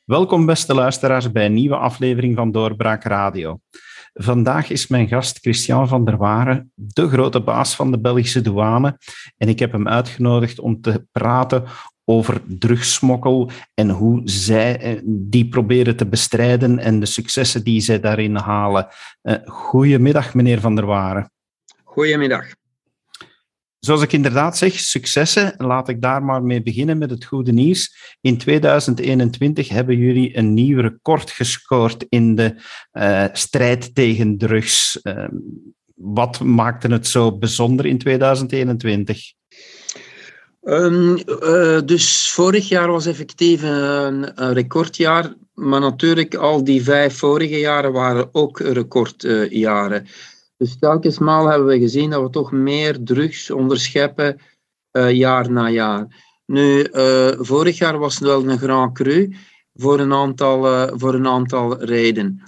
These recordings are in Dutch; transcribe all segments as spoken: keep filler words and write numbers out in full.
Welkom beste luisteraars bij een nieuwe aflevering van Doorbraak Radio. Vandaag is mijn gast Christian van der Waren, de grote baas van de Belgische douane. En ik heb hem uitgenodigd om te praten over drugssmokkel en hoe zij die proberen te bestrijden en de successen die zij daarin halen. Uh, goedemiddag, meneer van der Waren. Goedemiddag. Zoals ik inderdaad zeg, successen. Laat ik daar maar mee beginnen met het goede nieuws. In tweeduizend eenentwintig hebben jullie een nieuw record gescoord in de uh, strijd tegen drugs. Uh, wat maakte het zo bijzonder in tweeduizend eenentwintig? Um, uh, dus vorig jaar was effectief een, een recordjaar, maar natuurlijk al die vijf vorige jaren waren ook recordjaren. Uh, Dus telkens maal hebben we gezien dat we toch meer drugs onderscheppen uh, jaar na jaar. Nu, uh, vorig jaar was het wel een grand cru voor een aantal, uh, voor een aantal redenen.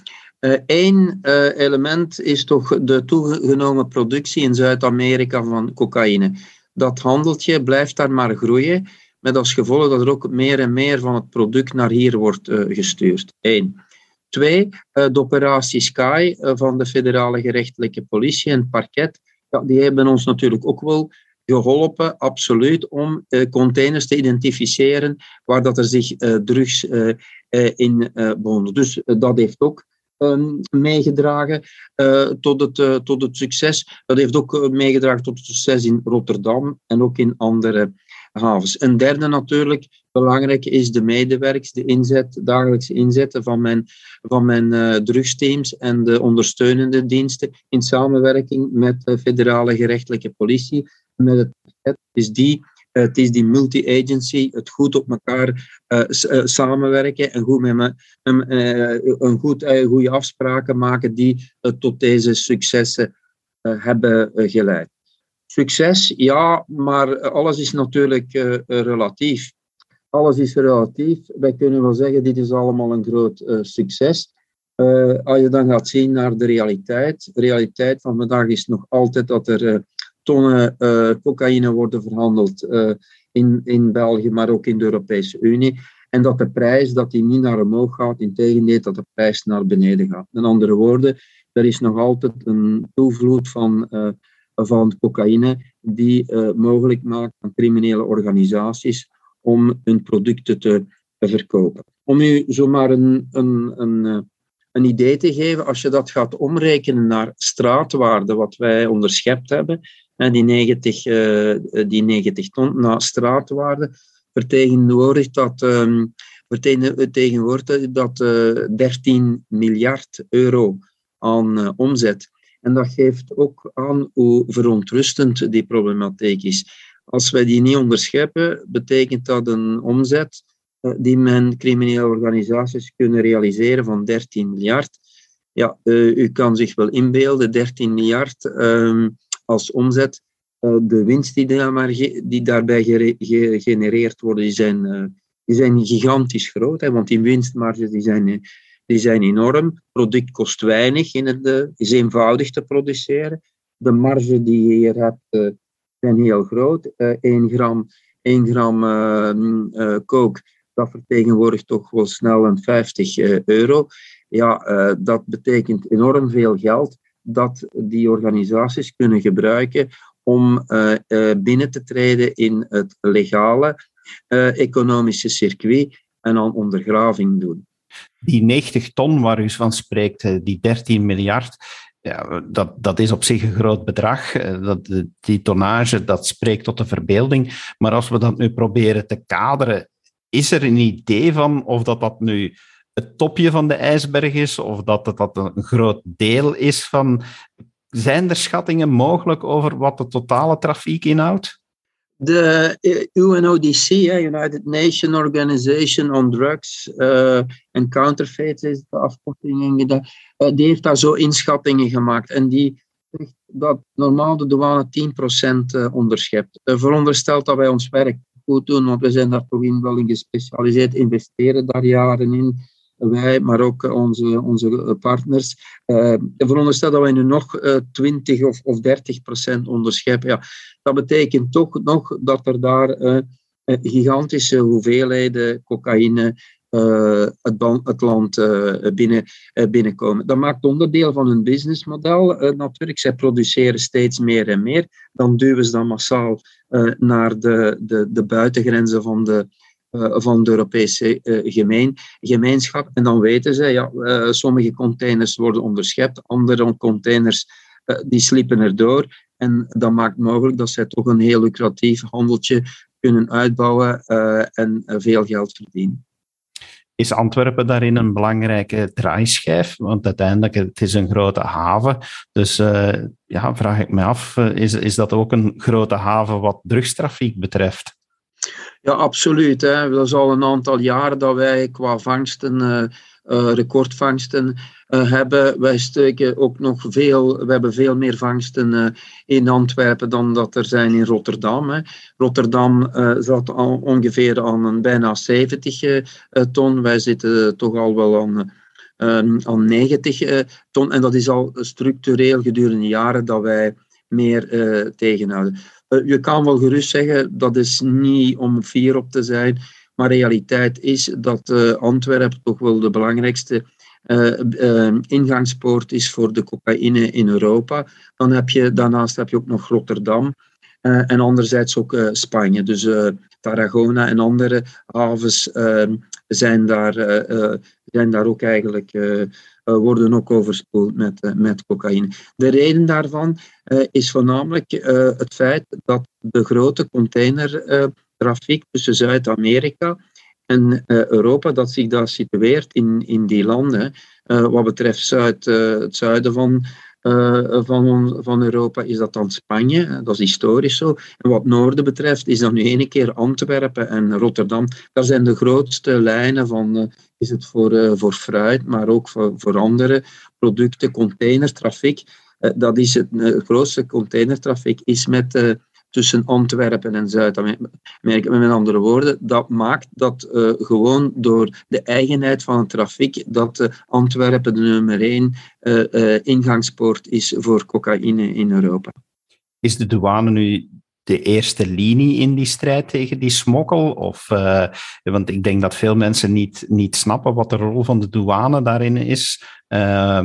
Eén uh, uh, element is toch de toegenomen productie in Zuid-Amerika van cocaïne. Dat handeltje blijft daar maar groeien, met als gevolg dat er ook meer en meer van het product naar hier wordt uh, gestuurd. Eén. Twee, de operatie Sky van de federale gerechtelijke politie en het parket, ja, die hebben ons natuurlijk ook wel geholpen, absoluut, om uh, containers te identificeren waar dat er zich uh, drugs uh, uh, in uh, bevonden. Dus uh, dat heeft ook um, meegedragen uh, tot, het, uh, tot het succes. Dat heeft ook uh, meegedragen tot het succes in Rotterdam en ook in andere havens. Een derde natuurlijk, belangrijk is de medewerkers, de inzet, dagelijkse inzetten van mijn, van mijn uh, drugsteams en de ondersteunende diensten in samenwerking met de federale gerechtelijke politie. Met het, het is die, uh, het is die multi-agency, het goed op elkaar uh, s- uh, samenwerken en goed met me, um, uh, een goed, uh, goede afspraken maken die uh, tot deze successen uh, hebben uh, geleid. Succes, ja, maar alles is natuurlijk uh, relatief. Alles is relatief. Wij kunnen wel zeggen, dit is allemaal een groot uh, succes. Uh, als je dan gaat zien naar de realiteit. De realiteit van vandaag is nog altijd dat er uh, tonnen uh, cocaïne worden verhandeld uh, in, in België, maar ook in de Europese Unie. En dat de prijs dat die niet naar omhoog gaat, integendeel dat de prijs naar beneden gaat. Met andere woorden, er is nog altijd een toevloed van... Uh, van cocaïne die uh, mogelijk maakt aan criminele organisaties om hun producten te, te verkopen. Om u zomaar een, een, een, een idee te geven, als je dat gaat omrekenen naar straatwaarde, wat wij onderschept hebben, die negentig, uh, die negentig ton naar straatwaarde, vertegenwoordigt dat, um, vertegenwoordigt dat uh, dertien miljard euro aan uh, omzet. En dat geeft ook aan hoe verontrustend die problematiek is. Als wij die niet onderscheppen, betekent dat een omzet die men criminele organisaties kunnen realiseren van dertien miljard. Ja, uh, u kan zich wel inbeelden, dertien miljard uh, als omzet. Uh, de winst die, daar maar ge- die daarbij gere- gegenereerd worden, die zijn, uh, die zijn gigantisch groot. Hè, want die winstmarges die zijn... Uh, Die zijn enorm. Het product kost weinig, in het, uh, is eenvoudig te produceren. De marge die je hier hebt, uh, zijn heel groot. Uh, één gram, één gram uh, uh, coke, dat vertegenwoordigt toch wel snel een vijftig uh, euro. Ja, uh, dat betekent enorm veel geld dat die organisaties kunnen gebruiken om uh, uh, binnen te treden in het legale uh, economische circuit en aan ondergraving doen. Die negentig ton waar u van spreekt, die dertien miljard, ja, dat, dat is op zich een groot bedrag. Dat, die tonnage, dat spreekt tot de verbeelding. Maar als we dat nu proberen te kaderen, is er een idee van of dat, dat nu het topje van de ijsberg is, of dat het dat een groot deel is van... Zijn er schattingen mogelijk over wat de totale trafiek inhoudt? De U N O D C, United Nations Organization on Drugs uh, and Counterfeits, is de afkorting, uh, die heeft daar zo inschattingen gemaakt. En die zegt dat normaal de douane tien procent uh, onderschept. Uh, veronderstelt dat wij ons werk goed doen, want we zijn daar toch in wel in gespecialiseerd, investeren daar jaren in. Wij, maar ook onze, onze partners. Uh, veronderstelt dat wij nu nog uh, twintig of, of dertig procent onderscheppen. Ja, dat betekent toch nog dat er daar uh, gigantische hoeveelheden cocaïne uh, het, het land uh, binnen, uh, binnenkomen. Dat maakt onderdeel van hun businessmodel uh, natuurlijk. Zij produceren steeds meer en meer. Dan duwen ze dat massaal uh, naar de, de, de buitengrenzen van de, uh, van de Europese uh, gemeen, gemeenschap. En dan weten ze, ja, uh, sommige containers worden onderschept, andere containers uh, die slippen erdoor. En dat maakt mogelijk dat zij toch een heel lucratief handeltje kunnen uitbouwen uh, en uh, veel geld verdienen. Is Antwerpen daarin een belangrijke draaischijf? Want uiteindelijk het is een grote haven. Dus uh, ja, vraag ik me af, uh, is, is dat ook een grote haven wat drugstrafiek betreft? Ja, absoluut. Hè. Dat is al een aantal jaren dat wij qua vangsten, uh, uh, recordvangsten uh, hebben. Wij steken ook nog veel, we hebben veel meer vangsten uh, in Antwerpen dan dat er zijn in Rotterdam. Hè. Rotterdam uh, zat al ongeveer aan een bijna zeventig uh, ton. Wij zitten toch al wel aan, uh, aan negentig uh, ton. En dat is al structureel gedurende jaren dat wij meer uh, tegenhouden. Uh, je kan wel gerust zeggen, dat is niet om fier op te zijn, maar realiteit is dat uh, Antwerpen toch wel de belangrijkste uh, uh, ingangspoort is voor de cocaïne in Europa. Dan heb je, daarnaast heb je ook nog Rotterdam uh, en anderzijds ook uh, Spanje. Dus uh, Tarragona en andere havens uh, zijn, daar, uh, uh, zijn daar ook eigenlijk... Uh, Uh, worden ook overspoeld met, uh, met cocaïne. De reden daarvan uh, is voornamelijk uh, het feit dat de grote containertrafiek uh, tussen Zuid-Amerika en uh, Europa, dat zich daar situeert in, in die landen. Uh, wat betreft Zuid, uh, het zuiden van, uh, van, van Europa is dat dan Spanje, dat is historisch zo. En wat het noorden betreft is dat nu ene keer Antwerpen en Rotterdam. Dat zijn de grootste lijnen van... Uh, is het voor, uh, voor fruit, maar ook voor, voor andere producten, containertrafiek. Uh, dat is het uh, grootste containertrafiek is met, uh, tussen Antwerpen en Zuid-Amerika. Met andere woorden, dat maakt dat uh, gewoon door de eigenheid van het trafiek dat uh, Antwerpen de nummer één uh, uh, ingangspoort is voor cocaïne in Europa. Is de douane nu de eerste linie in die strijd tegen die smokkel? Of, uh, want ik denk dat veel mensen niet, niet snappen wat de rol van de douane daarin is. Uh,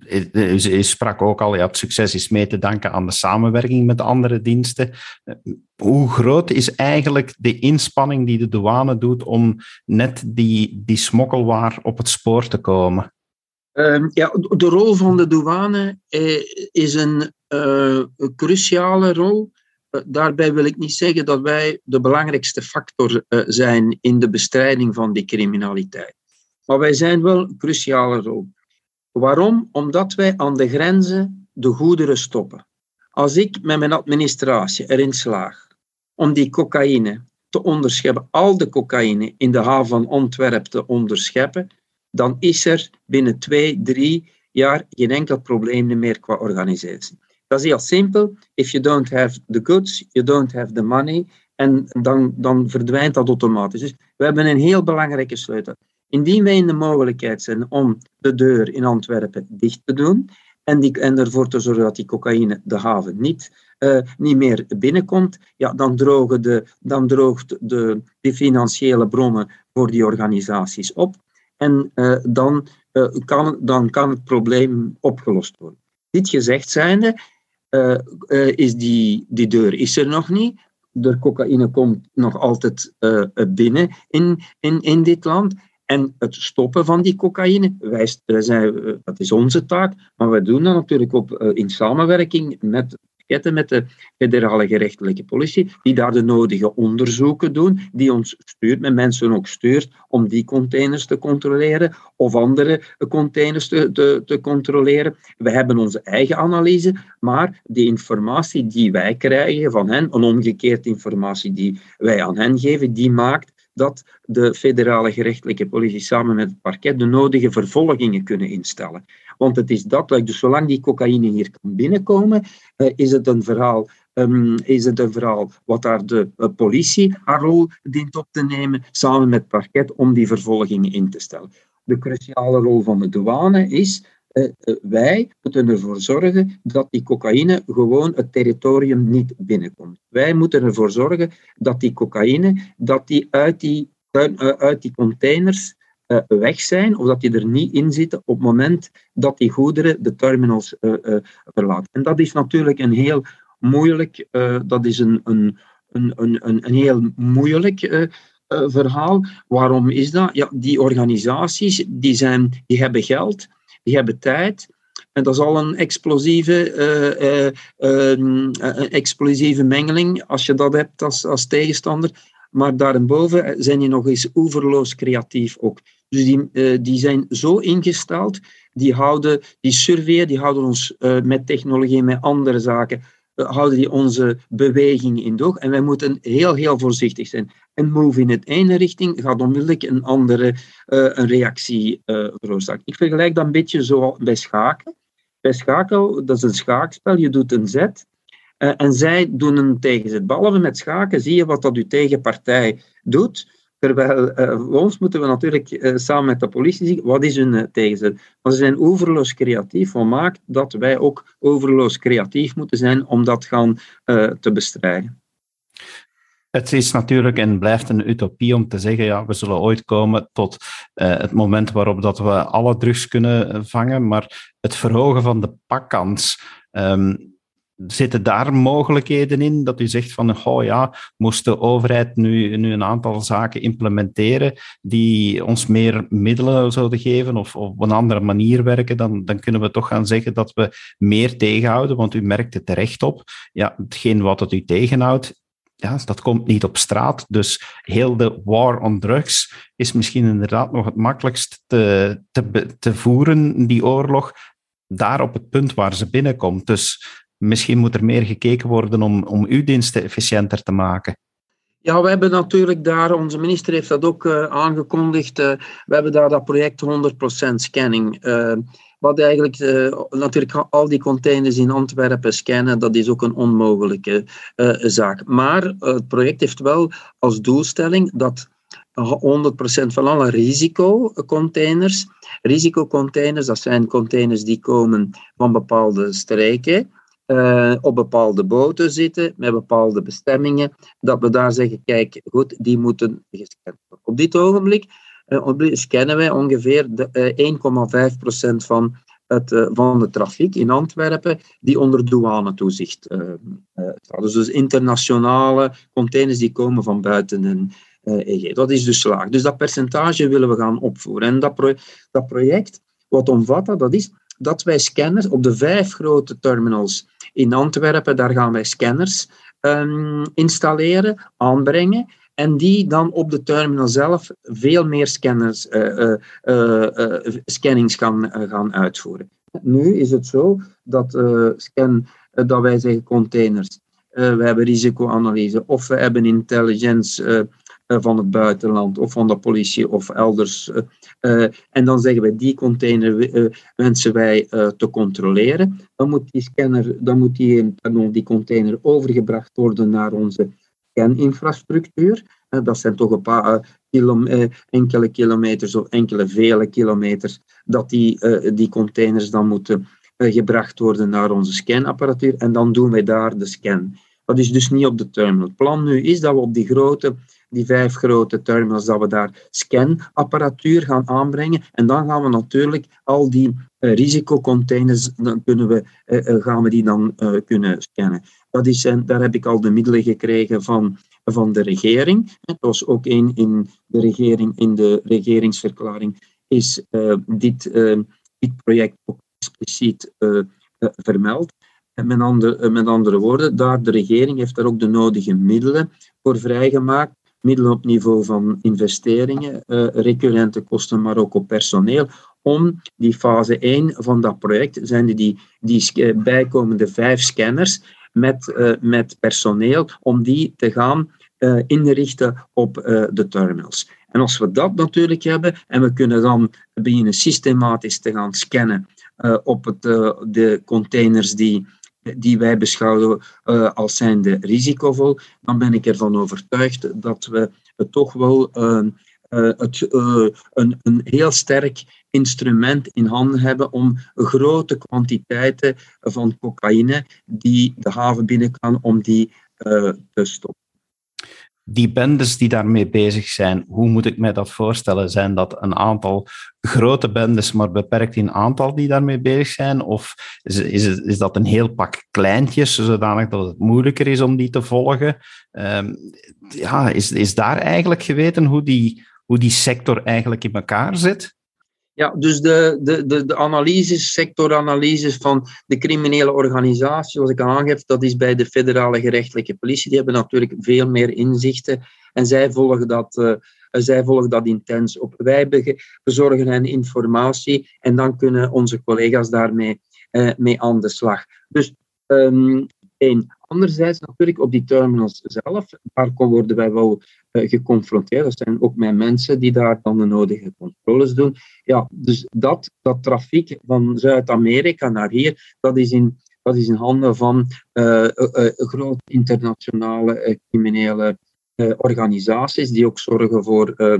je sprak ook al, ja, het succes is mee te danken aan de samenwerking met andere diensten. Uh, hoe groot is eigenlijk de inspanning die de douane doet om net die, die smokkelwaar op het spoor te komen? Uh, ja, de rol van de douane uh, is een, uh, een cruciale rol. Daarbij wil ik niet zeggen dat wij de belangrijkste factor uh, zijn in de bestrijding van die criminaliteit. Maar wij zijn wel een cruciale rol. Waarom? Omdat wij aan de grenzen de goederen stoppen. Als ik met mijn administratie erin slaag om die cocaïne te onderscheppen, al de cocaïne in de haven van Antwerpen te onderscheppen, dan is er binnen twee, drie jaar geen enkel probleem meer qua organisatie. Dat is heel simpel. If you don't have the goods, you don't have the money. En dan, dan verdwijnt dat automatisch. Dus we hebben een heel belangrijke sleutel. Indien wij in de mogelijkheid zijn om de deur in Antwerpen dicht te doen en, die, en ervoor te zorgen dat die cocaïne de haven niet, uh, niet meer binnenkomt, ja, dan, drogen de, dan droogt de, de financiële bronnen voor die organisaties op. En uh, dan, uh, kan, dan kan het probleem opgelost worden. Dit gezegd zijnde, uh, uh, is die, die deur is er nog niet. De cocaïne komt nog altijd uh, binnen in, in, in dit land. En het stoppen van die cocaïne, wij, wij zijn, uh, dat is onze taak, maar wij doen dat natuurlijk ook uh, in samenwerking met, met de federale gerechtelijke politie, die daar de nodige onderzoeken doen, die ons stuurt, met mensen ook stuurt, om die containers te controleren of andere containers te, te, te controleren. We hebben onze eigen analyse, maar die informatie die wij krijgen van hen, een omgekeerde informatie die wij aan hen geven, die maakt dat de federale gerechtelijke politie samen met het parket de nodige vervolgingen kunnen instellen. Want het is dat, dus zolang die cocaïne hier kan binnenkomen, uh, is het een verhaal, um, is het een verhaal wat daar de uh, politie haar rol dient op te nemen, samen met het parket, om die vervolgingen in te stellen. De cruciale rol van de douane is, uh, uh, wij moeten ervoor zorgen dat die cocaïne gewoon het territorium niet binnenkomt. Wij moeten ervoor zorgen dat die cocaïne, dat die uit die, uit, uh, uit die containers uh, weg zijn of dat die er niet in zitten op het moment dat die goederen de terminals uh, uh, verlaten. En dat is natuurlijk een heel moeilijk, uh, dat is een, een, een, een, een heel moeilijk uh, uh, verhaal. Waarom is dat? Ja, die organisaties die zijn, die hebben geld, die hebben tijd. En dat is al een explosieve, uh, uh, uh, een explosieve mengeling als je dat hebt als, als tegenstander. Maar daarboven zijn je nog eens oeverloos creatief ook. Dus die, uh, die zijn zo ingesteld, die houden, die surveyen, die houden ons uh, met technologie en met andere zaken, uh, houden die onze beweging in doog. En wij moeten heel, heel voorzichtig zijn. En move in het ene richting gaat onmiddellijk een andere uh, een reactie uh, veroorzaken. Ik vergelijk dat een beetje zo bij schaken. Bij schaken, dat is een schaakspel, je doet een zet. Uh, en zij doen een tegenzet. Behalve met schaken zie je wat dat uw tegenpartij doet. Terwijl uh, voor ons moeten we natuurlijk uh, samen met de politie zien wat is hun uh, tegenzet. Maar ze zijn overloos creatief, wat maakt dat wij ook overloos creatief moeten zijn om dat gaan uh, te bestrijden. Het is natuurlijk en blijft een utopie om te zeggen, ja, we zullen ooit komen tot uh, het moment waarop dat we alle drugs kunnen vangen, maar het verhogen van de pakkans, um, zitten daar mogelijkheden in dat u zegt van, oh ja, moest de overheid nu, nu een aantal zaken implementeren die ons meer middelen zouden geven of, of op een andere manier werken, dan, dan kunnen we toch gaan zeggen dat we meer tegenhouden, want u merkt het terecht op. Ja, hetgeen wat het u tegenhoudt, ja, dat komt niet op straat. Dus heel de war on drugs is misschien inderdaad nog het makkelijkst te, te, te voeren, die oorlog, daar op het punt waar ze binnenkomt. Dus misschien moet er meer gekeken worden om, om uw diensten efficiënter te maken. Ja, we hebben natuurlijk daar, onze minister heeft dat ook uh, aangekondigd, uh, we hebben daar dat project honderd procent scanning. Uh, wat eigenlijk, uh, natuurlijk al die containers in Antwerpen scannen, dat is ook een onmogelijke uh, zaak. Maar uh, het project heeft wel als doelstelling dat honderd procent van alle risicocontainers, risicocontainers, dat zijn containers die komen van bepaalde streken, Uh, op bepaalde boten zitten, met bepaalde bestemmingen, dat we daar zeggen, kijk, goed, die moeten gescand worden. Op dit ogenblik uh, scannen wij ongeveer de, uh, één komma vijf procent van, het, uh, van de trafiek in Antwerpen die onder douanetoezicht uh, uh, staat. Dus, dus internationale containers die komen van buiten een uh, E G. Dat is dus slaag. Dus dat percentage willen we gaan opvoeren. En dat, pro- dat project, wat omvat dat, dat is dat wij scanners op de vijf grote terminals in Antwerpen, daar gaan wij scanners um, installeren, aanbrengen en die dan op de terminal zelf veel meer scanners, uh, uh, uh, uh, scannings gaan, uh, gaan uitvoeren. Nu is het zo dat, uh, scan, uh, dat wij zeggen containers, uh, we hebben risicoanalyse of we hebben intelligence uh, van het buitenland of van de politie of elders. Uh, uh, en dan zeggen wij, die container uh, wensen wij uh, te controleren. Dan moet die scanner, dan moet die, pardon, die container overgebracht worden naar onze scaninfrastructuur. Uh, dat zijn toch een paar uh, kilo, uh, enkele kilometers of enkele vele kilometers dat die, uh, die containers dan moeten uh, gebracht worden naar onze scanapparatuur. En dan doen wij daar de scan. Dat is dus niet op de terminal. Het plan nu is dat we op die grote die vijf grote terminals, dat we daar scanapparatuur gaan aanbrengen. En dan gaan we natuurlijk al die uh, risicocontainers, dan kunnen we, uh, gaan we die dan uh, kunnen scannen. Dat is, en daar heb ik al de middelen gekregen van, van de regering. Dat was ook één in de regering, in de regeringsverklaring is uh, dit, uh, dit project ook expliciet uh, uh, vermeld. En met, andere, uh, met andere woorden, daar de regering heeft daar ook de nodige middelen voor vrijgemaakt. Middelen op niveau van investeringen, uh, recurrente kosten, maar ook op personeel, om die fase één van dat project, zijn die, die bijkomende vijf scanners met, uh, met personeel, om die te gaan uh, inrichten op uh, de terminals. En als we dat natuurlijk hebben, en we kunnen dan beginnen systematisch te gaan scannen uh, op het, uh, de containers die die wij beschouwen uh, als zijnde risicovol, dan ben ik ervan overtuigd dat we het toch wel uh, uh, het, uh, een, een heel sterk instrument in handen hebben om grote kwantiteiten van cocaïne die de haven binnengaan, om die uh, te stoppen. Die bendes die daarmee bezig zijn, hoe moet ik mij dat voorstellen? Zijn dat een aantal grote bendes, maar beperkt in aantal die daarmee bezig zijn? Of is, is, is dat een heel pak kleintjes, zodanig dat het moeilijker is om die te volgen? Um, ja, is, is daar eigenlijk geweten hoe die, hoe die sector eigenlijk in elkaar zit? Ja, dus de, de, de, de analyses, sectoranalyses van de criminele organisatie, zoals ik al aangeef, dat is bij de federale gerechtelijke politie. Die hebben natuurlijk veel meer inzichten en zij volgen dat, uh, zij volgen dat intens op. Wij bezorgen hen informatie en dan kunnen onze collega's daarmee uh, mee aan de slag. Dus um, één. Anderzijds natuurlijk op die terminals zelf, daar worden wij wel uh, geconfronteerd. Dat zijn ook mijn mensen die daar dan de nodige controles doen. Ja, dus dat, dat trafiek van Zuid-Amerika naar hier, dat is in, dat is in handen van uh, uh, uh, grote internationale uh, criminele uh, organisaties die ook zorgen voor uh,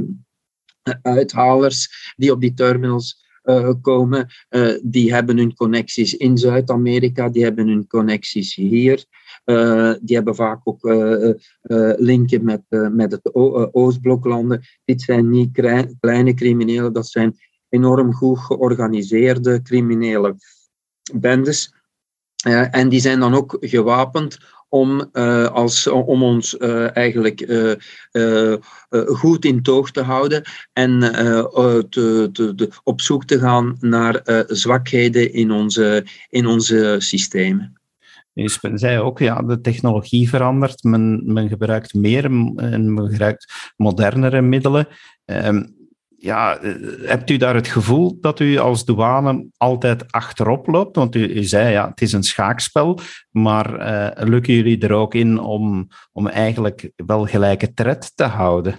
uithalers die op die terminals Uh, komen. Uh, die hebben hun connecties in Zuid-Amerika, die hebben hun connecties hier. Uh, die hebben vaak ook uh, uh, linken met, uh, met het o- uh, Oostbloklanden. Dit zijn niet klein, kleine criminelen, dat zijn enorm goed georganiseerde criminele bendes. Uh, en die zijn dan ook gewapend om, uh, als, om ons uh, eigenlijk uh, uh, uh, goed in toog te houden en uh, uh, te, te, te, op zoek te gaan naar uh, zwakheden in onze, in onze systemen. Dus men zei ook, ja, de technologie verandert, men, men gebruikt meer en men gebruikt modernere middelen. Um, Ja, hebt u daar het gevoel dat u als douane altijd achterop loopt? Want u, u zei, ja, het is een schaakspel, maar uh, lukken jullie er ook in om, om eigenlijk wel gelijke tred te houden?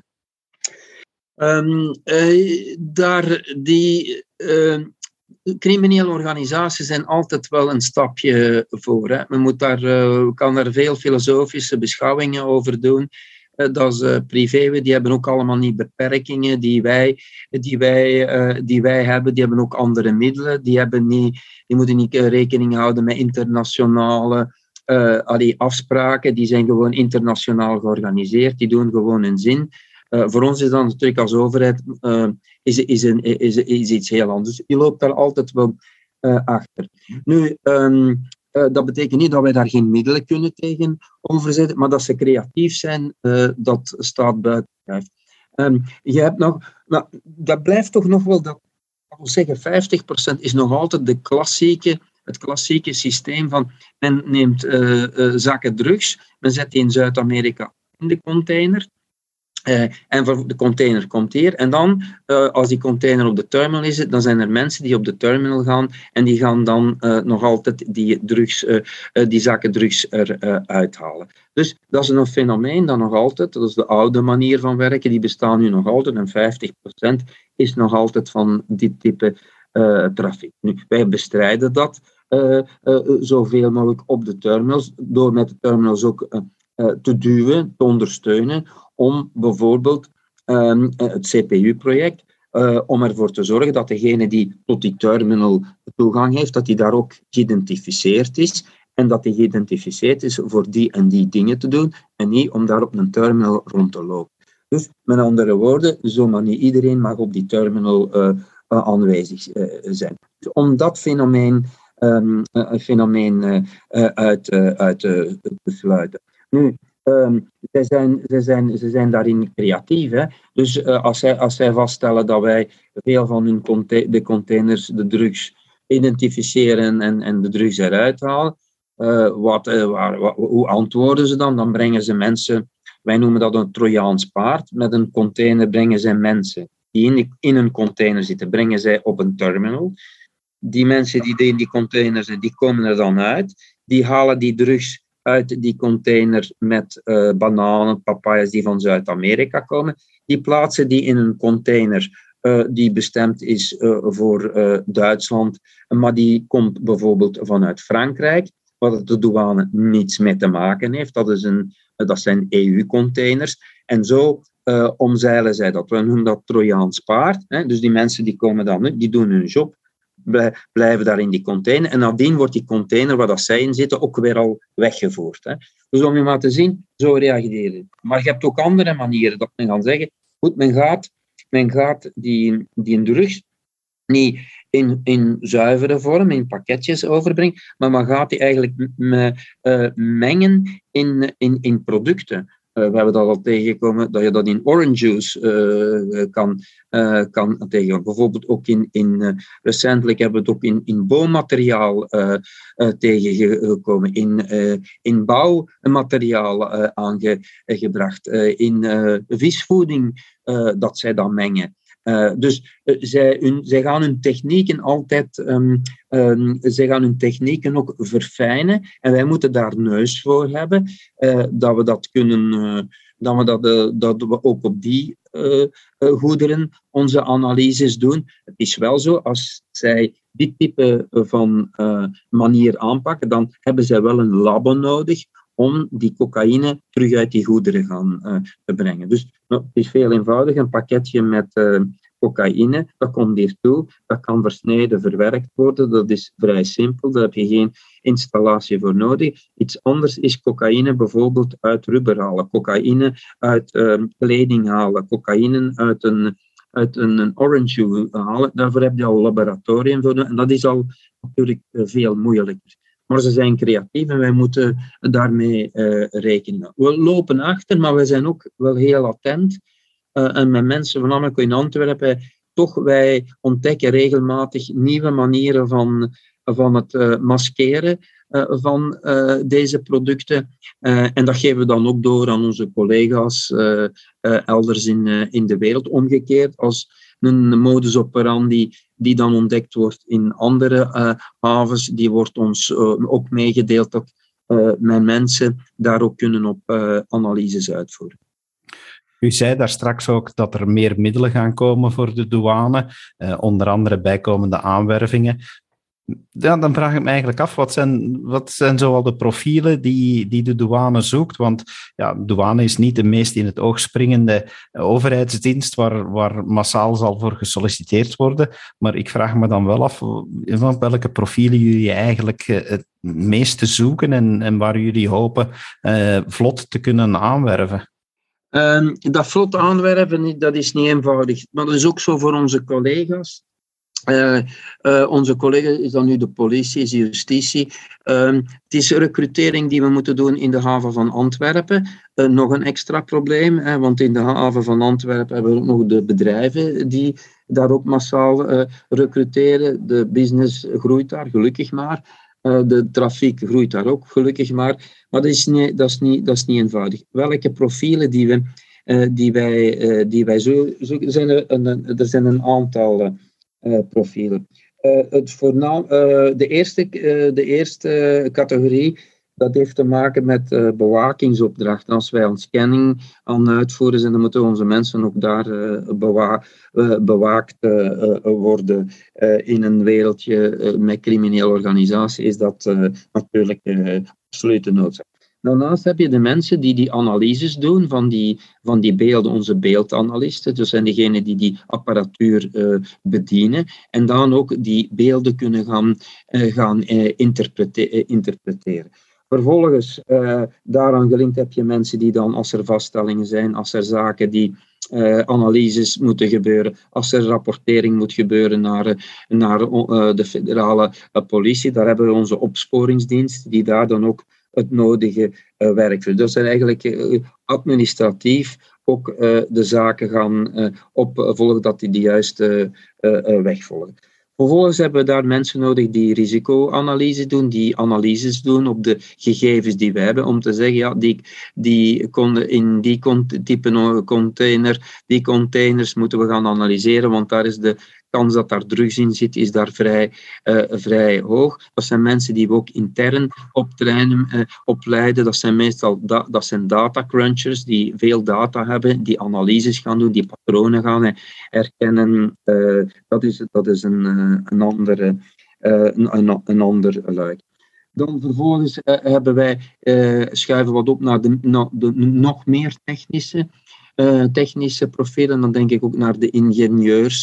Um, uh, daar die uh, criminele organisaties zijn altijd wel een stapje voor. Hè. Men moet daar, uh, kan daar veel filosofische beschouwingen over doen. Dat is uh, privé, die hebben ook allemaal niet beperkingen die wij, die, wij, uh, die wij hebben. Die hebben ook andere middelen. Die, hebben niet, die moeten niet uh, rekening houden met internationale uh, allee, afspraken. Die zijn gewoon internationaal georganiseerd. Die doen gewoon hun zin. Uh, voor ons is dat natuurlijk als overheid uh, is, is, een, is, is iets heel anders. Dus je loopt daar altijd wel uh, achter. Nu... Um, Uh, dat betekent niet dat wij daar geen middelen kunnen tegenover zetten, maar dat ze creatief zijn, uh, dat staat buiten kijf. Um, je hebt nog, nou, dat blijft toch nog wel, dat, ik wil zeggen, vijftig procent is nog altijd de klassieke, het klassieke systeem van men neemt uh, uh, zakken drugs, men zet die in Zuid-Amerika in de container. Uh, en de container komt hier. En dan, uh, als die container op de terminal is, dan zijn er mensen die op de terminal gaan en die gaan dan uh, nog altijd die, drugs, uh, uh, die zakken drugs eruit uh, halen. Dus dat is een fenomeen dat nog altijd, dat is de oude manier van werken, die bestaan nu nog altijd en vijftig procent is nog altijd van dit type uh, trafiek. Nu, wij bestrijden dat uh, uh, zoveel mogelijk op de terminals, door met de terminals ook uh, uh, te duwen, te ondersteunen, om bijvoorbeeld um, het C P U-project, uh, om ervoor te zorgen dat degene die tot die terminal toegang heeft, dat die daar ook geïdentificeerd is en dat die geïdentificeerd is voor die en die dingen te doen en niet om daar op een terminal rond te lopen. Dus met andere woorden, zomaar niet iedereen mag op die terminal uh, uh, aanwezig uh, zijn. Dus om dat fenomeen, um, uh, fenomeen uh, uh, uit, uh, uit uh, te sluiten. Nu, Um, zij, zijn, zij, zijn, zij zijn daarin creatief. Hè? Dus uh, als, zij, als zij vaststellen dat wij veel van hun conte- de containers, de drugs, identificeren en, en de drugs eruit halen, uh, wat, uh, waar, wat, hoe antwoorden ze dan? Dan brengen ze mensen, wij noemen dat een Trojaans paard, met een container brengen zij mensen die in, die, in een container zitten, brengen zij op een terminal. Die mensen die in die containers zitten, die komen er dan uit, die halen die drugs uit die container met uh, bananen, papayas die van Zuid-Amerika komen. Die plaatsen die in een container uh, die bestemd is uh, voor uh, Duitsland, maar die komt bijvoorbeeld vanuit Frankrijk, waar de douane niets mee te maken heeft. Dat, is een, uh, dat zijn E U-containers. En zo uh, omzeilen zij dat. We noemen dat Trojaans paard. Hè? Dus die mensen die komen dan, die doen hun job. blijven daar in die container. En nadien wordt die container waar dat zij in zitten ook weer al weggevoerd. Hè. Dus om je maar te zien, zo reageren. Maar je hebt ook andere manieren dat men gaat zeggen, goed, men gaat, men gaat die, die drugs niet in, in zuivere vorm, in pakketjes overbrengen, maar men gaat die eigenlijk me, uh, mengen in, in, in producten. Uh, we hebben dat al tegengekomen, dat je dat in orange juice uh, kan, uh, kan tegenkomen. Bijvoorbeeld ook in, in uh, recentelijk hebben we het ook in, in boommateriaal uh, uh, tegengekomen, in, uh, in bouwmateriaal uh, aangebracht, uh, in uh, visvoeding uh, dat zij dat mengen. Uh, dus uh, zij, hun, zij gaan hun technieken altijd um, um, zij gaan hun technieken ook verfijnen en wij moeten daar neus voor hebben uh, dat we dat kunnen uh, dat we, dat, uh, dat we ook op die uh, uh, goederen onze analyses doen. Het is wel zo, als zij dit type van uh, manier aanpakken, dan hebben zij wel een labo nodig om die cocaïne terug uit die goederen gaan uh, te brengen. Dus nou, het is veel eenvoudiger. Een pakketje met uh, cocaïne, dat komt hier toe, dat kan versneden, verwerkt worden. Dat is vrij simpel, daar heb je geen installatie voor nodig. Iets anders is cocaïne bijvoorbeeld uit rubber halen, cocaïne uit uh, kleding halen, cocaïne uit een, uit een, een orange juice halen. Daarvoor heb je al laboratorium voor en dat is al natuurlijk uh, veel moeilijker. Maar ze zijn creatief en wij moeten daarmee uh, rekenen. We lopen achter, maar we zijn ook wel heel attent. Uh, en met mensen, voornamelijk in Antwerpen, toch wij ontdekken regelmatig nieuwe manieren van, van het uh, maskeren uh, van uh, deze producten. Uh, en dat geven we dan ook door aan onze collega's uh, uh, elders in, uh, in de wereld. Omgekeerd, als een modus operandi die dan ontdekt wordt in andere uh, havens, die wordt ons uh, ook meegedeeld dat uh, mijn mensen daar ook kunnen op uh, analyses uitvoeren. U zei daar straks ook dat er meer middelen gaan komen voor de douane, uh, onder andere bijkomende aanwervingen. Ja, dan vraag ik me eigenlijk af, wat zijn, wat zijn zoal de profielen die, die de douane zoekt? Want ja, de douane is niet de meest in het oog springende overheidsdienst waar, waar massaal zal voor gesolliciteerd worden. Maar ik vraag me dan wel af van welke profielen jullie eigenlijk het meeste zoeken en, en waar jullie hopen uh, vlot te kunnen aanwerven. Um, dat vlot aanwerven, dat is niet eenvoudig. Maar dat is ook zo voor onze collega's. Uh, uh, onze collega is dan nu de politie, is de justitie. Uh, het is recrutering die we moeten doen in de haven van Antwerpen. Uh, nog een extra probleem, hè, want in de haven van Antwerpen hebben we ook nog de bedrijven die daar ook massaal uh, recruteren. De business groeit daar, gelukkig maar. Uh, de trafiek groeit daar ook, gelukkig maar. Maar dat is niet, dat is niet, dat is niet eenvoudig. Welke profielen die, we, uh, die wij, uh, die wij zo zoeken, zijn er, een, er zijn een aantal uh, Uh, profielen. Uh, het voornaam, uh, de, eerste, uh, de eerste categorie, dat heeft te maken met uh, bewakingsopdrachten. Als wij een scanning aan uitvoeren zijn, dan moeten onze mensen ook daar uh, bewa- uh, bewaakt uh, worden. Uh, in een wereldje uh, met criminele organisatie is dat uh, natuurlijk uh, absoluut de noodzaak. Daarnaast heb je de mensen die die analyses doen van die, van die beelden, onze beeldanalisten. Dus zijn degenen die die apparatuur uh, bedienen. En dan ook die beelden kunnen gaan, uh, gaan uh, interprete- uh, interpreteren. Vervolgens, uh, daaraan gelinkt heb je mensen die dan, als er vaststellingen zijn, als er zaken die uh, analyses moeten gebeuren, als er rapportering moet gebeuren naar, naar uh, de federale uh, politie, daar hebben we onze opsporingsdienst, die daar dan ook het nodige uh, werk voor. Dat zijn eigenlijk uh, administratief ook uh, de zaken gaan uh, opvolgen, dat die de juiste uh, uh, weg volgen. Vervolgens hebben we daar mensen nodig die risicoanalyse doen, die analyses doen op de gegevens die we hebben, om te zeggen, ja, die, die in die type container, die containers moeten we gaan analyseren, want daar is de kans dat daar drugs in zit, is daar vrij, uh, vrij hoog. Dat zijn mensen die we ook intern optrainen, uh, opleiden. Dat zijn meestal da- dat zijn data crunchers die veel data hebben, die analyses gaan doen, die patronen gaan herkennen. Uh, dat is, dat is een, uh, een, andere, uh, een, een, een ander luik. Dan vervolgens uh, hebben wij, uh, schuiven wat op naar de, naar de nog meer technische, uh, technische profielen. Dan denk ik ook naar de ingenieurs.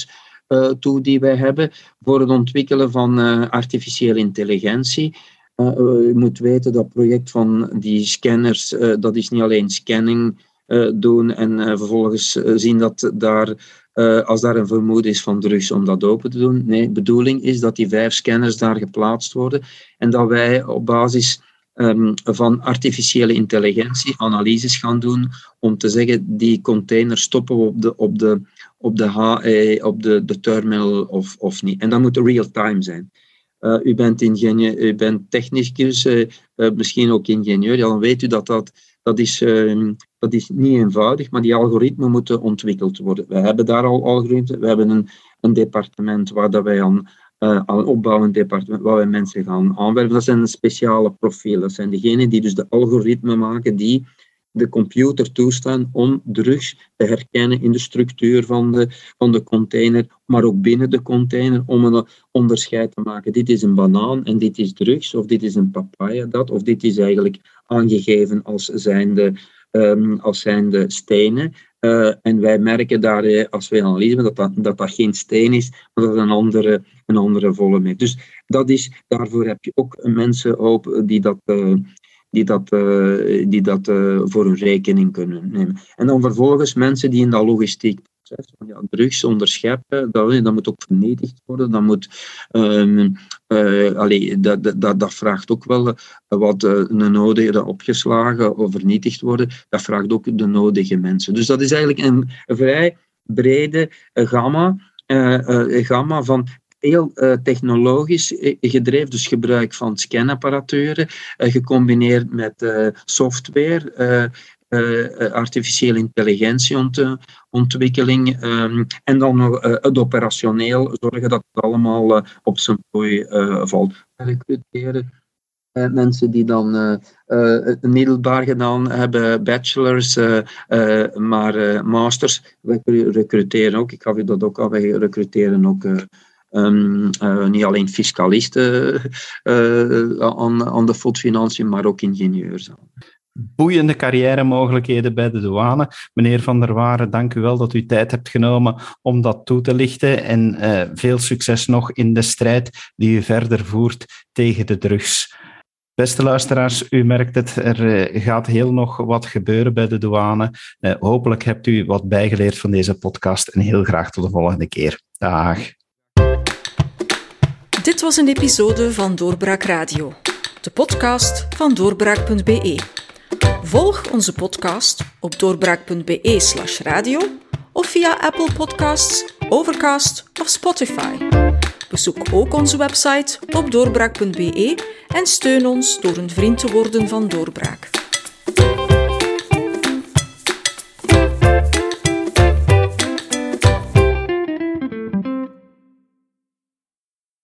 uh, toe die wij hebben voor het ontwikkelen van uh, artificiële intelligentie. Uh, je moet weten dat project van die scanners, uh, dat is niet alleen scanning uh, doen en uh, vervolgens uh, zien dat daar, uh, als daar een vermoeden is van drugs, om dat open te doen. Nee, de bedoeling is dat die vijf scanners daar geplaatst worden en dat wij op basis um, van artificiële intelligentie analyses gaan doen om te zeggen, die container stoppen we op de, op de, op de, H E, op de, de terminal of, of niet. En dat moet real-time zijn. Uh, u bent ingenieur, u bent technicus, uh, uh, misschien ook ingenieur, ja, dan weet u dat dat, dat, is, uh, dat is niet eenvoudig, maar die algoritmen moeten ontwikkeld worden. We hebben daar al algoritmen, we hebben een, een departement waar dat wij aan, uh, aan opbouwen, departement waar wij mensen gaan aanwerven. Dat zijn speciale profielen, dat zijn degenen die dus de algoritmen maken, die de computer toestaan om drugs te herkennen in de structuur van de, van de container, maar ook binnen de container, om een onderscheid te maken. Dit is een banaan en dit is drugs, of dit is een papaya, dat, of dit is eigenlijk aangegeven als zijnde, um, als zijnde stenen. Uh, en wij merken daar, uh, als wij analyse dat dat, dat dat geen steen is, maar dat het een andere, een andere volume heeft. Dus dat is, daarvoor heb je ook een mensenhoop die dat... Uh, die dat, uh, die dat uh, voor hun rekening kunnen nemen. En dan vervolgens mensen die in dat logistiek proces van ja, drugs onderscheppen, dat, dat moet ook vernietigd worden. Dat, moet, um, uh, allee, dat, dat, dat vraagt ook wel uh, wat uh, de nodige opgeslagen of vernietigd worden. Dat vraagt ook de nodige mensen. Dus dat is eigenlijk een, een vrij brede uh, gamma, uh, uh, gamma van heel uh, technologisch gedreven, dus gebruik van scanapparaturen, uh, gecombineerd met uh, software, uh, uh, artificiële intelligentieontwikkeling um, en dan nog uh, het operationeel zorgen dat het allemaal uh, op zijn plooi uh, valt. Recruteren uh, mensen die dan uh, uh, middelbaar gedaan hebben, bachelors, uh, uh, maar uh, masters, wij recruteren ook, ik gaf u dat ook al, wij recruteren ook uh, Um, uh, niet alleen fiscalisten uh, aan, aan de fotfinanciën, maar ook ingenieurs. Boeiende carrière-mogelijkheden bij de douane. Meneer Van der Waare, dank u wel dat u tijd hebt genomen om dat toe te lichten en uh, veel succes nog in de strijd die u verder voert tegen de drugs. Beste luisteraars, u merkt het, er uh, gaat heel nog wat gebeuren bij de douane. Uh, hopelijk hebt u wat bijgeleerd van deze podcast en heel graag tot de volgende keer. Dag. Dit was een episode van Doorbraak Radio, de podcast van doorbraak punt b e. Volg onze podcast op doorbraak punt b e slash radio of via Apple Podcasts, Overcast of Spotify. Bezoek ook onze website op doorbraak punt b e en steun ons door een vriend te worden van Doorbraak.